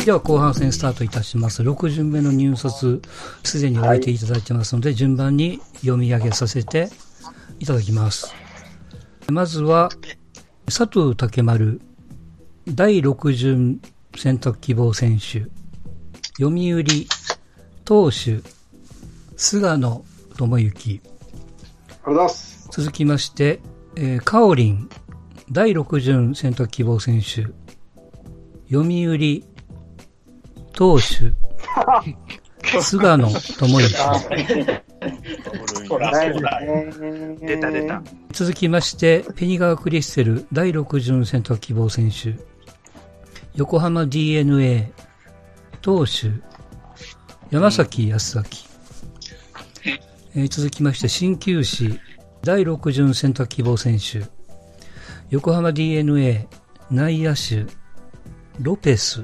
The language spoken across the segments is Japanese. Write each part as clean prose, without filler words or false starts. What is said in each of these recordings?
では後半戦スタートいたします。6巡目の入札、すでに終えていただいてますので、順番に読み上げさせていただきます。まずは、佐藤健丸、第6巡選択希望選手、読売、投手、菅野智之。続きまして、カオリン、第6巡選択希望選手、読売、投手、菅野智之。 出た。 続きまして、ペニガー・クリステル、第6巡選択希望選手、横浜 DNA、投手、山崎康明。続きまして、鍼灸師、第6巡選択希望選手、横浜 DNA、内野手、ロペス。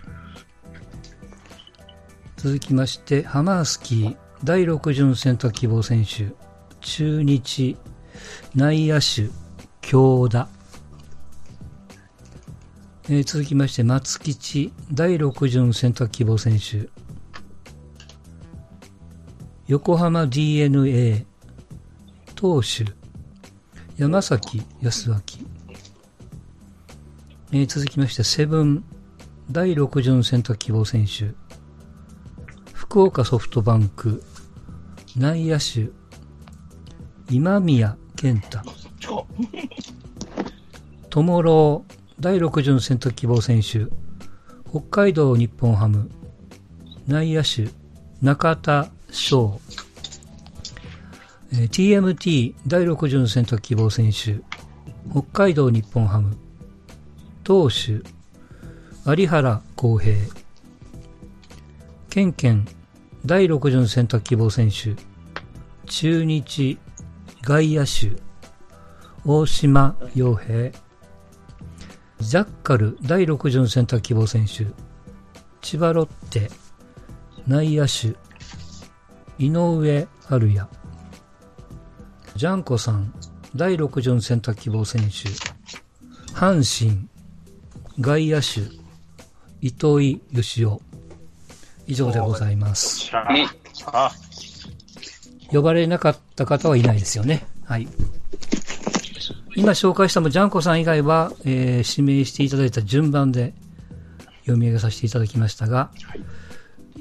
続きまして、ハマースキー、第6巡選択希望選手、中日、内野手、京田。続きまして、松吉、第6巡選択希望選手、横浜 DNA、投手、山崎康明。続きまして、セブン、第6巡選択希望選手、福岡ソフトバンク、内野手、今宮健太。友郎、第6巡選択希望選手、北海道日本ハム、内野手、中田翔。TMT 第6巡選択希望選手、北海道日本ハム、投手、有原康平。ケンケン第6巡選択希望選手、中日外野手、大島洋平。ジャッカル第6巡選択希望選手、千葉ロッテ内野手、井上春也。ジャンコさん第6巡選択希望選手、阪神外野手、糸井義雄。以上でございます。呼ばれなかった方はいないですよね。はい。今紹介したもジャンコさん以外は、指名していただいた順番で読み上げさせていただきましたが、はい、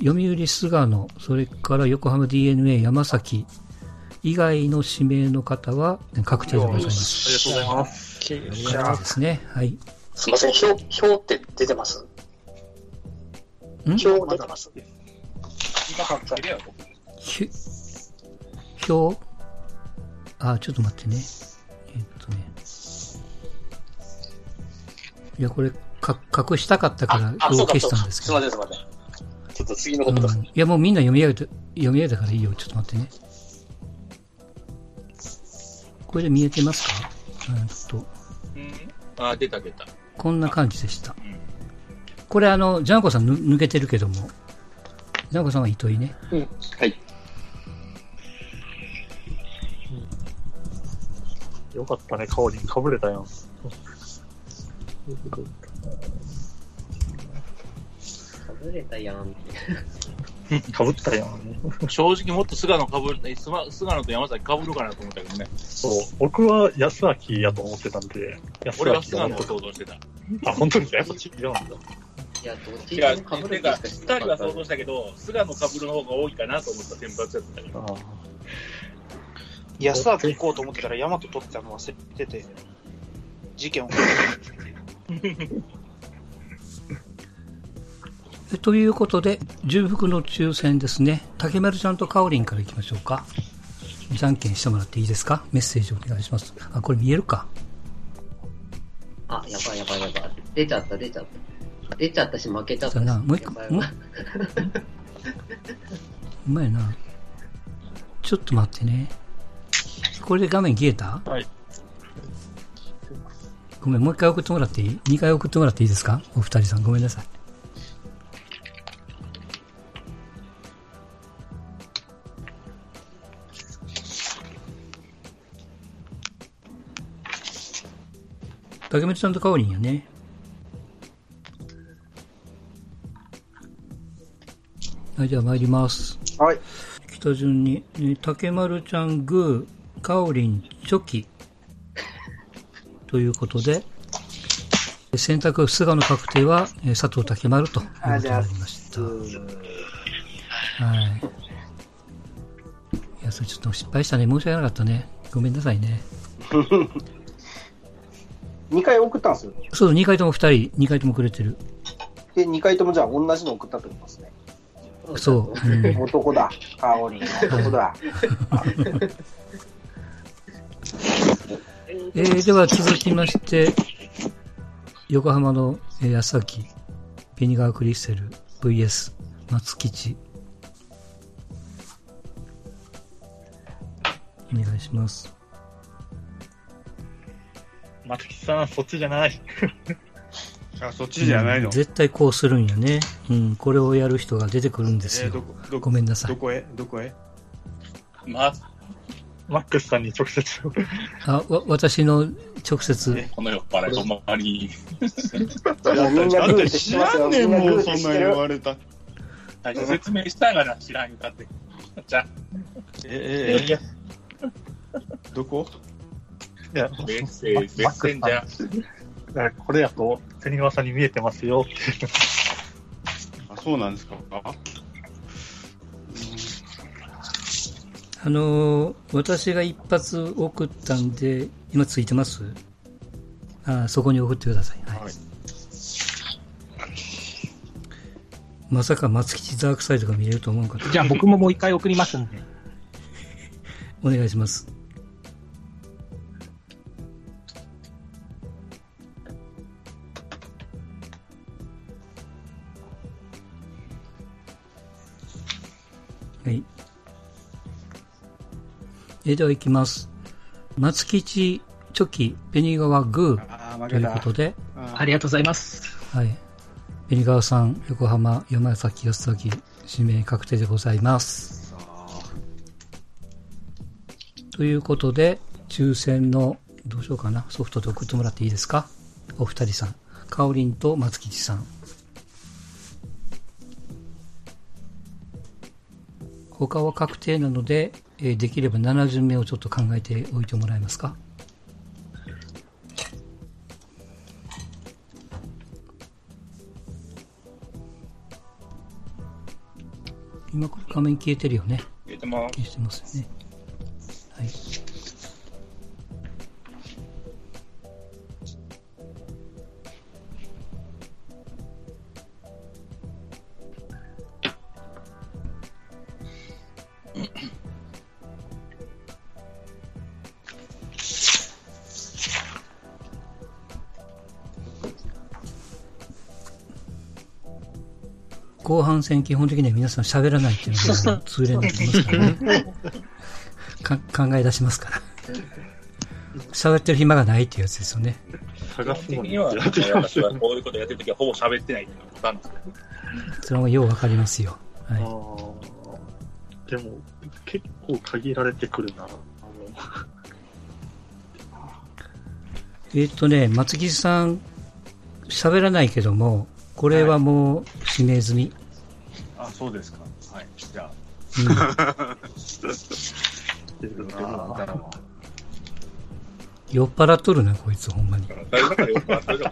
読売菅野、それから横浜 DNA 山崎以外の指名の方は確定でございます。 ありがとうございます。 確定ですね。はい。 すみません、表って出てます？表出てます？ 表あ、ちょっと待ってね。いや、これ、隠したかったから表を消したんですけど。 すみません。ちょっと次のことだ。 いや、もうみんな読み上げたからいいよ。ちょっと待ってね。これで見えてますか？ 出た。 こんな感じでした。これジャンコさん抜けてるけども、ジャンコさんは糸井ね。 はい。 よかったね、顔にかぶれたよ。 かぶれたやん。 かぶったやん。 正直もっと菅野と山崎かぶるかなと思ったけどね。 そう、僕は安明やと思ってたんで。 俺は菅野を想像してた。 あ、本当ですか？やっぱ違うんだ。 いや、どっちでもかぶるか。2人は想像したけど、菅野かぶるの方が多いかなと思った先発やったけど。 安明行こうと思ってたら大和取ってたの忘れてて、事件を起こということで、重複の抽選ですね。竹丸ちゃんとカオリンからいきましょうか。じゃんけんしてもらっていいですか？メッセージお願いします。あ、これ見えるか？ あ、やばい。出ちゃったし負けちゃったし。 もう一個。うまいな。ちょっと待ってね。これで画面消えた？ はい。 ごめん、もう一回送ってもらっていい？2回送ってもらっていいですか？お二人さん、ごめんなさい。竹光さんとカオリンやね。 はい、では参ります。 はい。 来た順に、竹丸ちゃん、グー、カオリン、チョキ。ということで、選択、菅野確定は、佐藤竹丸ということになりました。はい。いや、それちょっと失敗したね。申し訳なかったね。ごめんなさいね。 2回送ったんですよ。 そう、2回とも2回ともくれてる。 で、2回ともじゃあ同じの送ったってことですね。 そう。うん、 男だ。カオリンの男だ。 では続きまして、横浜の安崎、ペニガークリステル、VS、松吉。お願いします。 松木さん、そっちじゃない。 あ、そっちじゃないの、 絶対こうするんやね。うん、これをやる人が出てくるんですよ。ごめんなさい。 どこへマックスさんに直接。 私の直接。 この酔っ払い、ほんまに。 だって知らんねんもん、そんな言われた。 説明したがな、知らんかって。じゃあ。 どこ？ いや、 別線じゃ。 これやと、瀬庭さんに見えてますよって。 あ、そうなんですか？ 私が一発送ったんで、今ついてます？そこに送ってください。はい。まさか松吉ザークサイドが見れると思うかと。 じゃあ僕ももう一回送りますんで。 お願いします。はい。では行きます。松吉、チョキ、ペニガワ、グーということで。 ありがとうございます。 はい。ペニガワさん、横浜、山崎、安崎、指名確定でございます。ということで、抽選の、どうしようかな。ソフトで送ってもらっていいですか？お二人さん。カオリンと松吉さん。他は確定なので、できれば7巡目をちょっと考えておいてもらえますか？今これ画面消えてるよね。 消えてます。 消してますよね。はい。後半戦基本的には皆さん喋らないっていうのが通例になってますからね。考え出しますから。喋ってる暇がないっていうやつですよね。 探すのには、私はこういうことやってるときはほぼ喋ってないっていうのが分かるんですけど。 それもよう分かりますよ。はい。 でも、結構限られてくるな。 松木さん、喋らないけども、これはもう指名済み。 あ、そうですか。はい。じゃあ。 酔っ払っとるな、こいつ、ほんまに。 誰だから酔っ払ってるか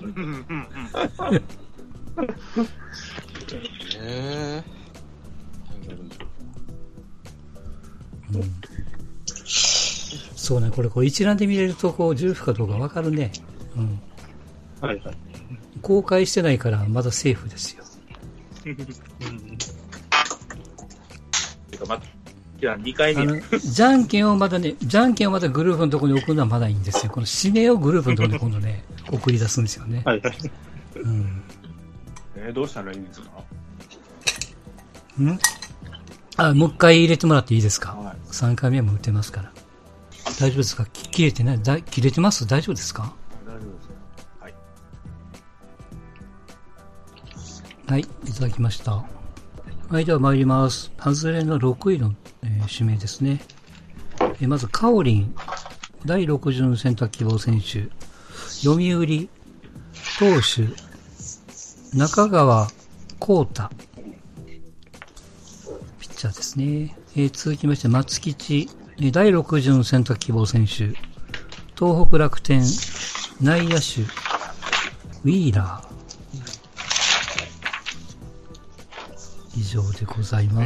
そうね、これ一覧で見れると、重複かどうかわかるね。うん。 はいはい。 公開してないからまだセーフですよ。 2回目。 じゃんけんをまだグループのところに送るのはまだいいんですよ。この指名をグループのところに今度ね、送り出すんですよね。 はいはい。 うん。 どうしたらいいんですか？ もう一回入れてもらっていいですか？ はい。 3回目も打てますから。大丈夫ですか？切れてない？切れてます？大丈夫ですか？ 大丈夫です。 はい、いただきました。はい、では参ります。外れの6位の、指名ですね。まず、カオリン、第6巡選択希望選手、読売、投手、中川幸太、 チャーですね。続きまして、松吉、第6巡選択希望選手、東北楽天、内野手、ウィーラー。以上でございます。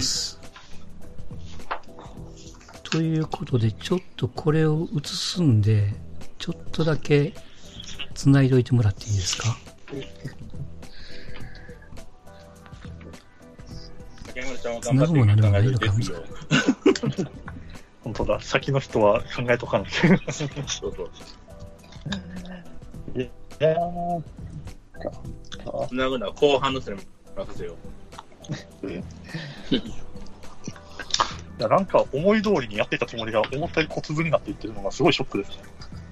ということで、ちょっとこれを映すんで、ちょっとだけ繋いでおいてもらっていいですか？繋ぐも何もないのかも。 本当だ、先の人は考えとかなきゃ。そうそう。 いや繋ぐのは後半の人に任せよう。 いや、なんか思い通りにやっていたつもりが思ったより小粒になっていってるのがすごいショックですね。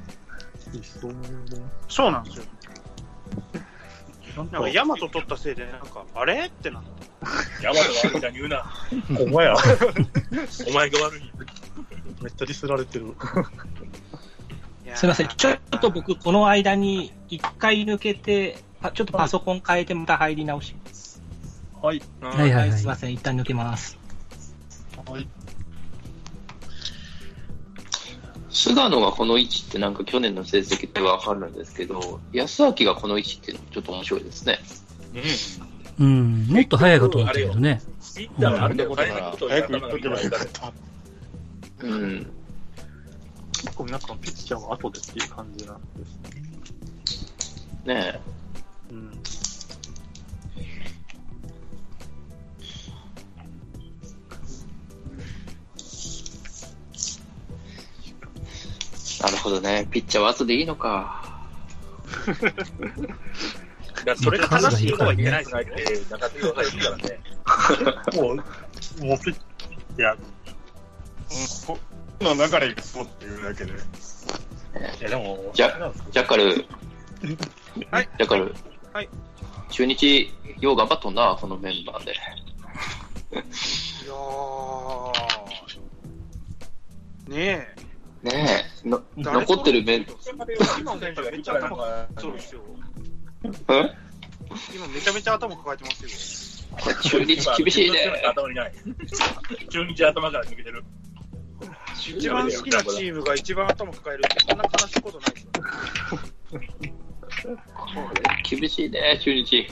そうなんですよ。なんかヤマト取ったせいでなんかあれってなって。 ヤマトが悪いじゃん言うな。 お前や。 お前が悪い。 めっちゃディスられてる。 すいません。ちょっと僕この間に一回抜けて、ちょっとパソコン変えてまた入り直します。 はい。 はいはいはい。 すいません。一旦抜けます。 はい。 菅野がこの位置ってなんか去年の成績でわかるんですけど、安明がこの位置っていうのちょっと面白いですね。 うん。もっと早いかと思ったけどね。 ピッチャーがあるんだから早く言っとけばよかった。 うん。 結構皆さんピッチャーは後でっていう感じなんですね。 ねえ。 うん。 なるほどね。ピッチャーは後でいいのか。 だそれが正しいとは言えないじゃないって中継ぎがいいからね。 もうピッチャー。 この流れがそうっていうだけで。 いやでもジャッカル。 はい。 ジャッカル。 はい。 中日よう頑張っとんなこのメンバーで。 いやー。ねえ。 ねえ、残ってるメンバー。 今めちゃめちゃ頭抱えてますよ。今めちゃめちゃ頭抱えてますよ。 中日厳しいね。 頭にない。中日頭から抜けてる。 一番好きなチームが一番頭抱えるってこんな悲しいことないですよ。 厳しいね、中日。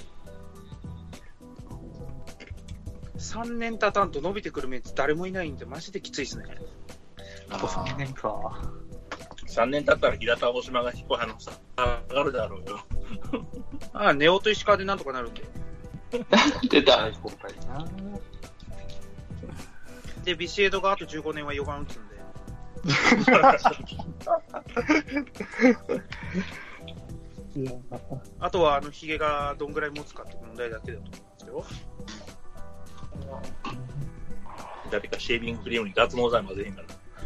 3年経たんと伸びてくるメンツ誰もいないんでマジできついですね。 あと3年か。 3年経ったら平田大島が引っ張り上がるだろうよ。 ああ、ネオと石川でなんとかなるんで。 出た。 で、ビシエドがあと15年は4番打つんで。あとはヒゲがどんぐらい持つかって問題だけだと思うんですよ。 誰かシェービングクリームに脱毛剤混ぜへんから。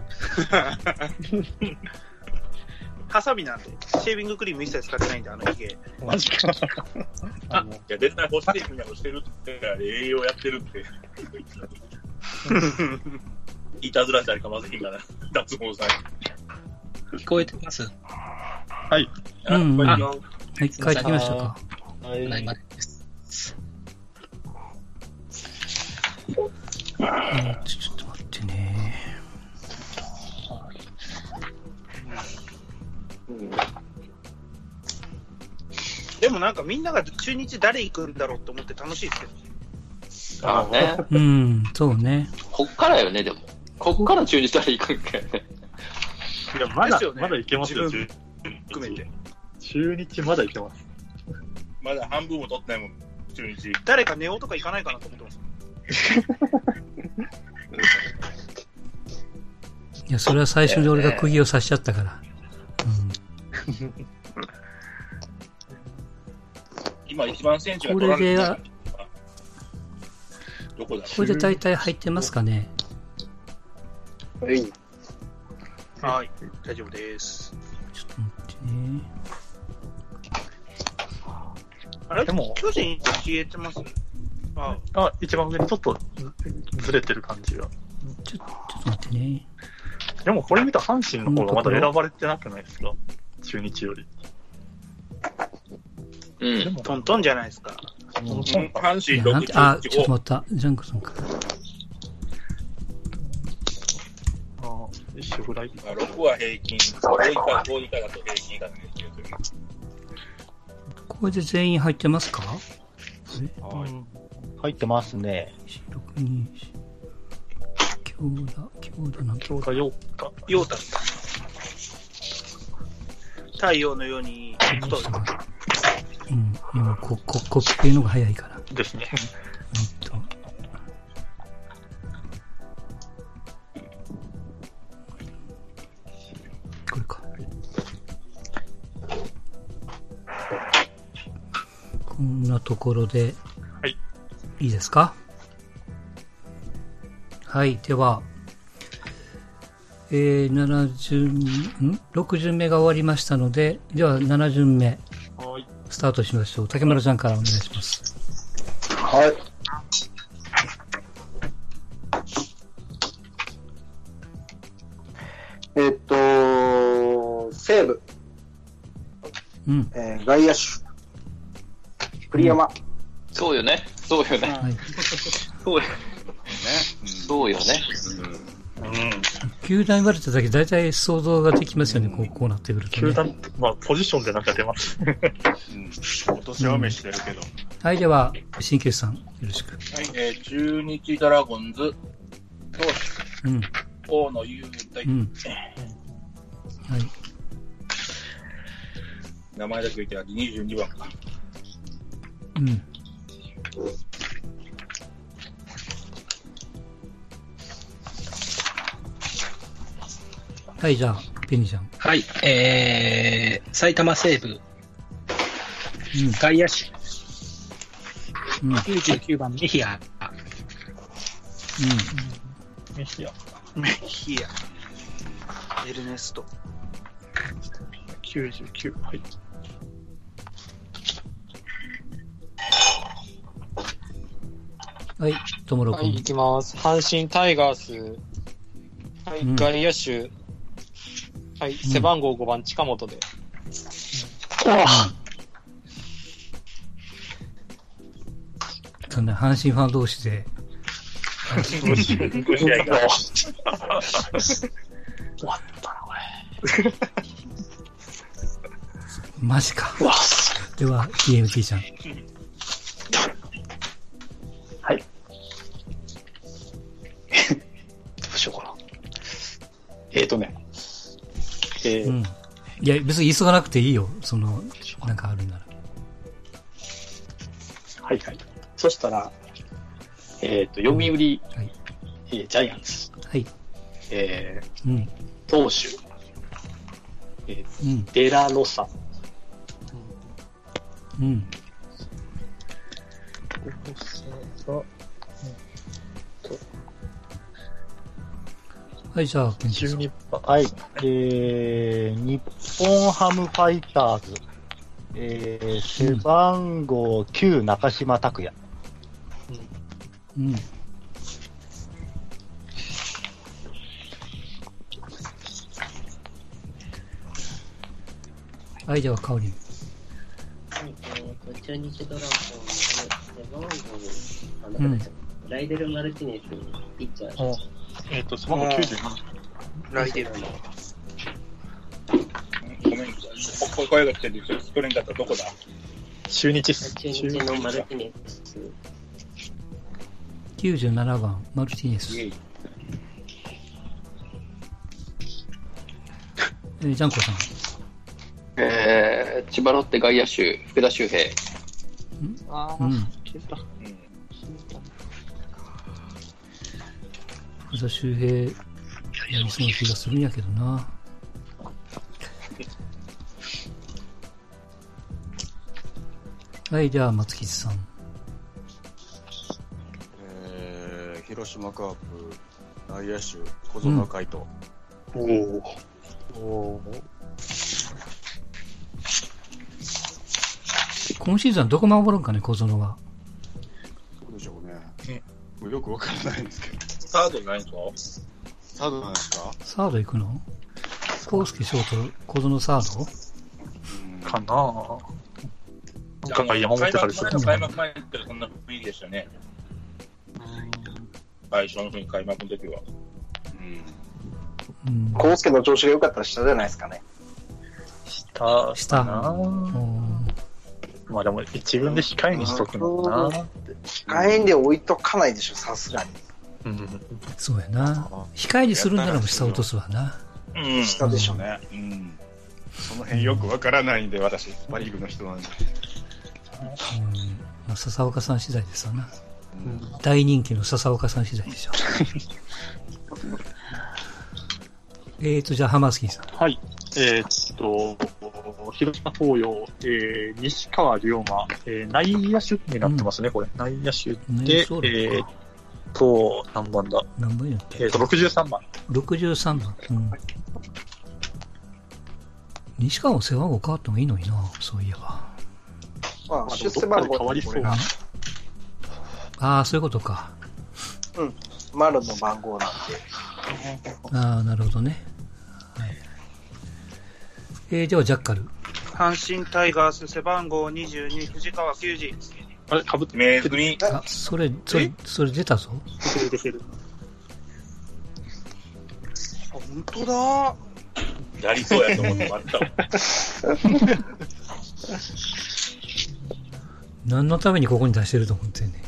ハサミなんで、シェービングクリーム一切使ってないんで、ヒゲ。 マジか。 いや、絶対干していくみたいなしてるって、栄養やってるって。いたずらしたりかまずいんかな、脱毛剤。 聞こえてます？ はい。 はい、帰ってきましたか。 はい。です。 ちょっと待ってね。 でもなんかみんなが中日誰行くんだろうと思って楽しいですけど。 ああね。 うん、そうね。 こっからよね、でも。こっから中日誰行くんかよね。 いや、まだいけますよ、 含めて。 中日まだいけます。 まだ半分も取ってないもん、中日。 誰かネオとか行かないかなと思ってます。 いや、それは最初に俺が釘を刺しちゃったから。 今一番選手が取られてる。どこだ？ これで大体入ってますかね。 はい。はい、大丈夫です。 ちょっと待ってね。 あれでも巨人消えてます？ 一番上にちょっとずれてる感じが。 ちょっと待ってね。 でもこれ見たら阪神の方がまだ選ばれてなくないですか？中日より。 うん。 トントンじゃないですか。 阪神6 ちょっと待った。ジャンクソンか。 一緒ぐらい。 6は平均、5以下だと平均がね。 これで全員入ってますか？ 入ってますね。 6、2、京田なんだ。 京田陽太。 陽太。太陽のように太い。 今コピペのが早いから。 ですね。 これか。こんなところで、 はい。 いいですか？はい。では、6巡目が終わりましたので、では7巡目、スタートしましょう。竹村ちゃんからお願いします。 はい。西武。外野手。栗山。 そうよね。そうよね。 はい、 そうよね。 球団言われただけ大体想像ができますよね、こうなってくると、ね。 球団、ポジションでなんか出ます。 今年は飯出るけど。 はい、では、新旧さん、よろしく。 はい、中日ドラゴンズ、投手、大野雄大、はい。名前だけ言ってあって22番か。 はい、じゃあ、ペニーちゃん。 はい、埼玉西武、外野手、99番、メヒア。 メヒア。 エルネスト。 99、はい。 はい、ともろくん。 はい、いきます。阪神タイガース、はい、外野手、はい、背番号5番、近本で。 そんな阪神ファン同士で。 終わったな、これ。 マジか。では、TMT ちゃん。 はい。どうしようかな。 いや、別に急がなくていいよ。なんかあるなら。 はいはい。そしたら、読売、ジャイアンツ。 はい。 投手、デラロサ。 はい、じゃあ、 12番。はい。日本ハムファイターズ。背番号9、中島拓也。 はい、では、香り。 中日ドラゴンの背番号ライデル・マルティネス、ピッチャー。 背番号92。 ライデル。 ごめん、声が来てるんですよ。作れんかったらどこだ？ 中日っす。 中日のマルティネス。 97番、マルティネス。ジャンコさん。 千葉ロッテ外野手、福田周平。 消えた。 福田周平、やりそうな気がするんやけどな。はい、では松吉さん。 広島カープ内野手小園海斗。 今シーズンはどこ守るんかね、小園は。 そうでしょうね。よくわからないんですけど。 サードじゃないんですか？ サードなんですか？ サード行くの？康介ショート、小園サード？ かなぁ。なんか山本たりすると開幕前ってそんな雰囲気でしたね。最初の開幕の時は。 康介の調子が良かったら下じゃないですかね。 下かな。まあでも一軍で控えにしとくのかな。 控えにで置いとかないでしょ、さすがに。 そうやな。控えにするんなら下落とすわな。 下でしょね。その辺よくわからないんで、私、パリーグの人なんで。 まあ、笹岡さん次第ですわな。大人気の笹岡さん次第でしょ。じゃあ、浜月さん。 はい。広島東洋、西川龍馬、内野手になってますね、これ。内野手で、何番だ何番やっけ 63番。 63番。西川も背番号変わってもいいのにな、そういえば。 まあ、出世番号変わりそうな。 ああ、そういうことか。 丸の番号なんで。 ああ、なるほどね。はい。では、ジャッカル。 阪神タイガース背番号22、藤川球児。 あれ、かぶってメーズに。 あ、それ出たぞ。 出てる。あ、本当だ。 やりそうやと思って待ったわ。 何のためにここに出してると思ってんねん。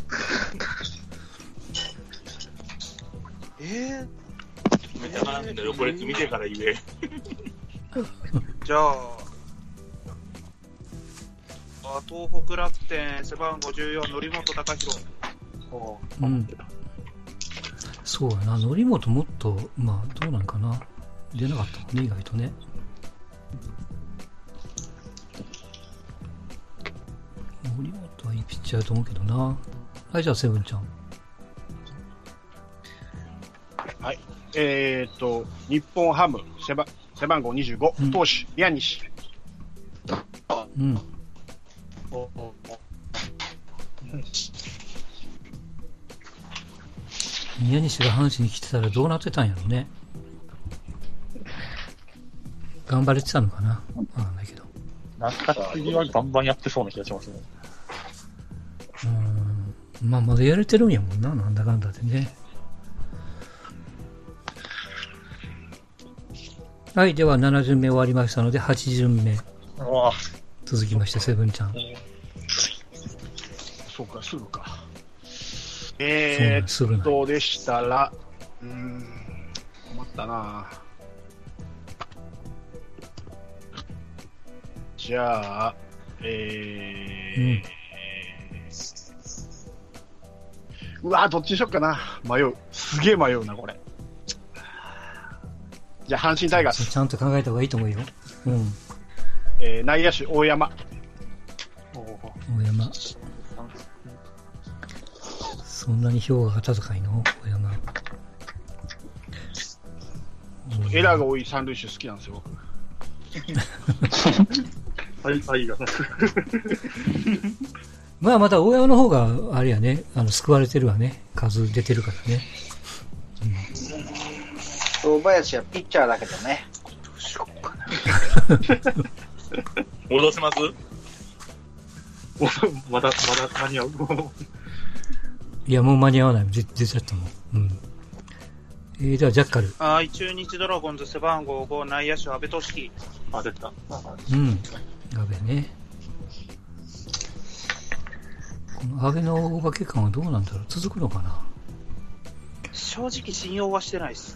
めちゃなんだよ、これ見てから言え。 じゃあ、東北楽天背番号14、則本隆弘。 そうやな、則本もっと、まあ、どうなんかな。出なかったもんね、意外とね。則本はいいピッチャーだと思うけどな。はい、じゃあ、セブンちゃん。 はい。日本ハム背番号25、投手、宮西。 宮西が阪神に来てたらどうなってたんやろうね。頑張れてたのかな。わかんないけど。 中継ぎはバンバンやってそうな気がしますね。 まあ、まだやれてるんやもんな、なんだかんだでね。はい、では7巡目終わりましたので、8巡目。続きまして、セブンちゃん。 そうか、すぐか。 すぐどうでしたら、困ったな。じゃあ、うわ、どっちにしよっかな。迷う。すげえ迷うな、これ。じゃあ、阪神タイガース。 ちゃんと考えた方がいいと思うよ。 内野手、大山。 大山。そんなに評価が高いの大山。 エラーが多い三塁手好きなんですよ、僕。 はいが。 まあ、また大山の方が、あれやね、救われてるわね。数出てるからね。 大林はピッチャーだけどね。 どうしようかな。戻しますまだ間に合う。 いや、もう間に合わない。出ちゃったもん。では、ジャッカル。 中日ドラゴンズ背番号5、内野手、阿部俊樹。 出た。 阿部ね。この阿部のお化け感はどうなんだろう。続くのかな。 正直信用はしてないです。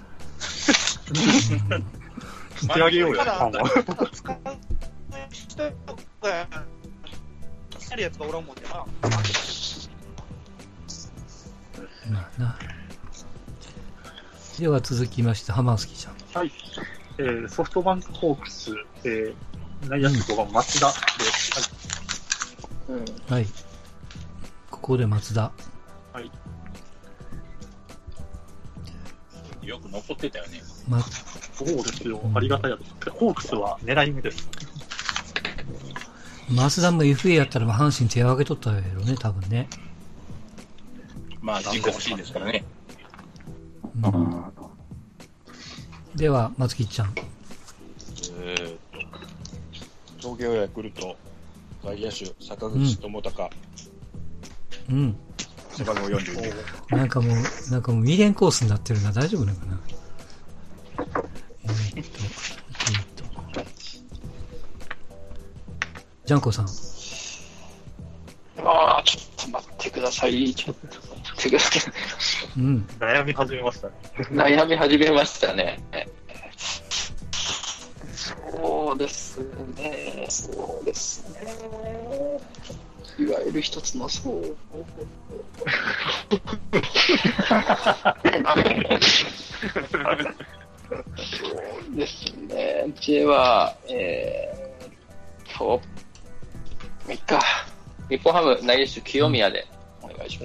手上げようよ。 ただ使う人がやるやつがおらんもんでな。 まあな。では続きまして、浜月ちゃん。 はい。ソフトバンクホークス、内野手5番松田です。 はい。ここで松田。 はい。 よく残ってたよね。 そうですよ。ありがたいやつ。ホークスは狙い目です。 松田も FA やったら阪神手を挙げとったやろね、多分ね。 まあ、人口欲しいですからね。 では、松木ちゃん。 東京ヤクルト、外野手、坂口智隆。背番号42。 なんかもう未練コースになってるな。大丈夫なのかな。 ジャンコさん。 ああ、ちょっと待ってください。ちょっと待ってください。 うん。悩み始めましたね。 悩み始めましたね。そうですね。そうですね。いわゆる一つのそうですね。J は、いいか。日本ハム内野手清宮でお願いします。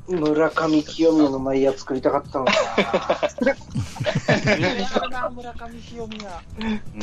村上清宮の内野作りたかったのかな。村上清宮。 うん。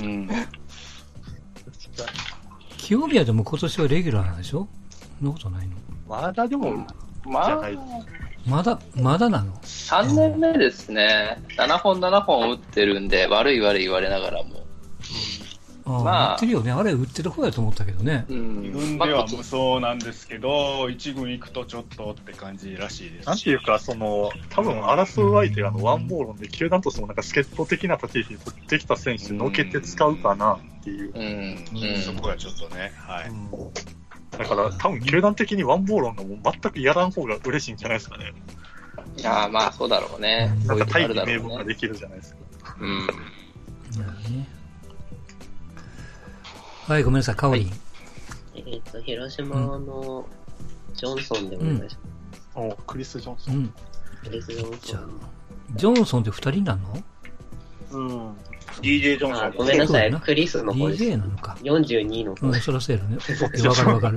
清宮でも今年はレギュラーなんでしょ？そんなことないの？ まだでも、 まだなの ?3 年目ですね。7本打ってるんで、悪い言われながらも。 まあ、売ってるよね。あれ売ってる方だと思ったけどね。 2軍では無双なんですけど、1軍行くとちょっとって感じらしいです。 なんていうか、多分争う相手がワンボーロンで、球団としてもなんか助っ人的な立ち位置に取ってきた選手のけて使うかなっていう。 そこがちょっとね、はい。 だから多分球団的にワンボーロンがもう全くやらん方が嬉しいんじゃないですかね。 いやまあそうだろうね。 なんか大義名分ができるじゃないですか。 はい、ごめんなさい、カオリン。 広島のジョンソンでお願いします。 クリス・ジョンソン。 クリス・ジョンソン。 じゃあ、ジョンソンって2人なの？DJ ジョンソン。 ごめんなさい、クリスの方です。 DJ なのか。 42の方。 そらそうやろね。わかる。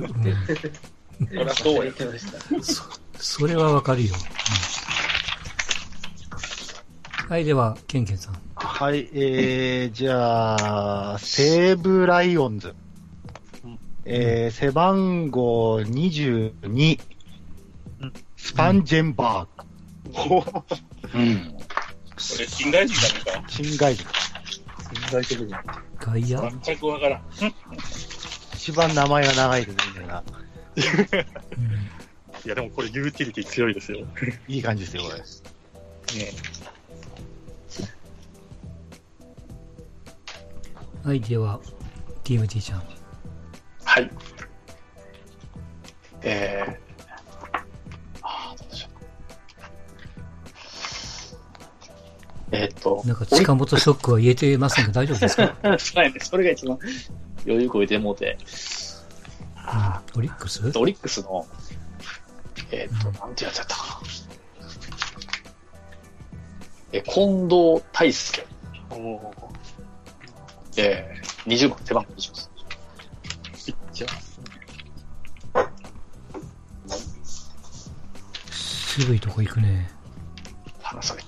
それはわかるよ。はい、では、ケンケンさん。 はい、じゃあ、西武ライオンズ。背番号22、スパンジェンバーグ。 これ、新外人だねか。 新外人。 外野全くわからん。 一番名前が長いですね、な。 いや、でもこれユーティリティ強いですよ。 いい感じですよ、これ。 はい、では、TMT ちゃん。 はい。どうでしょう。 なんか近本ショックは言えてませんが大丈夫ですか？ そうやね。それが一番余裕こいてもうて。 オリックスの、なんてやつやったかな。近藤大輔。20番、背番号20番。 ピッチャー。渋いとこ行くね。 話され。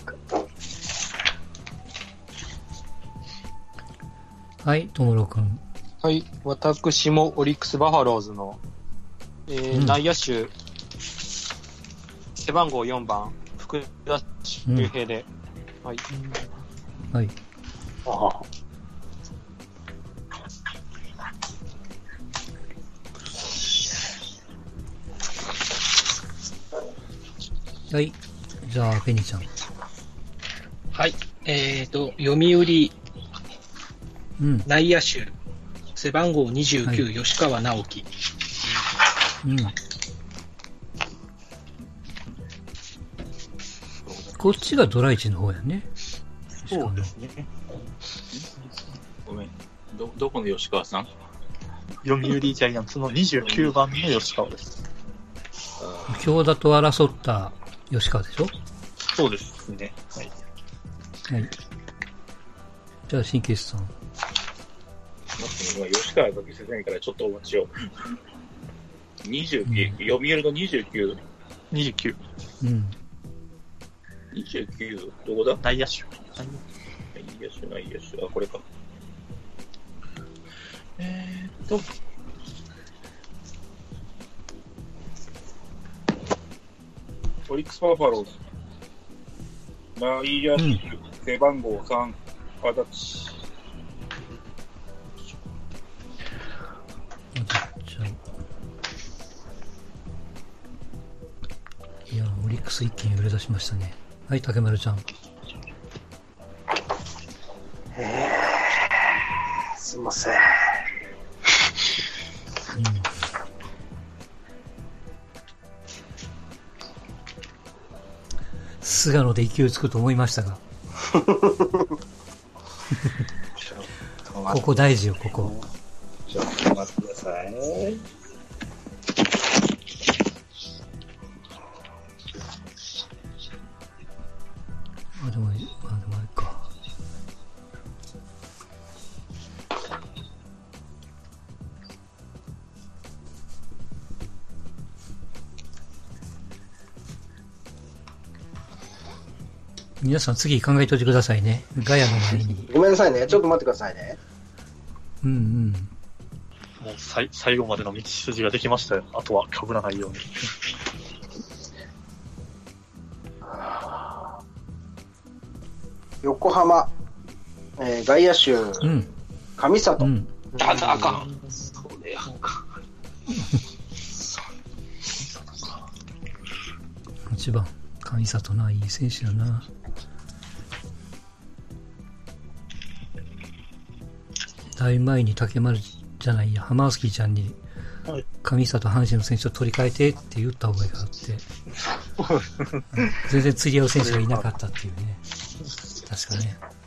はい、ともろくん。 はい、私もオリックスバファローズの、内野手、背番号4番、福田周平で、はい。 はい。はい。じゃあ、ペニーちゃん。 はい。読売、内野手、背番号29、はい、吉川直樹。 こっちがドライチの方やね。 そうですね。 ごめん。どこの吉川さん？ 読売ジャイアンツの29番の吉川です。 京田と争った吉川でしょ？ そうですね。はい。 はい。じゃあ、神経質さん。 今、吉川だけせないからちょっとお待ちを。29、読売の29。 29。 29、どこだ？ 内野手。 内野手。あ、これか。オリックスバファローズ。内野手、背番号3、足立。 いや、オリックス一気に売れ出しましたね。はい、竹丸ちゃん。 すいません。 菅野で勢いつくと思いましたが。ここ大事よ、ここ。 ちょっと待ってください。 でもあれか。皆さん次考えておいてくださいね。ガヤの前に。 ごめんなさいね。ちょっと待ってくださいね。 うんうん。 もう最後までの道筋ができましたよ。あとは被らないように。 横浜、外野手、上里。 あかん。それあかん。 8番、上里な、いい選手やな。だいぶ前に竹丸じゃないや、ハマースキーちゃんに、上里阪神の選手を取り替えてって言った覚えがあって、全然釣り合う選手がいなかったっていうね。確かね。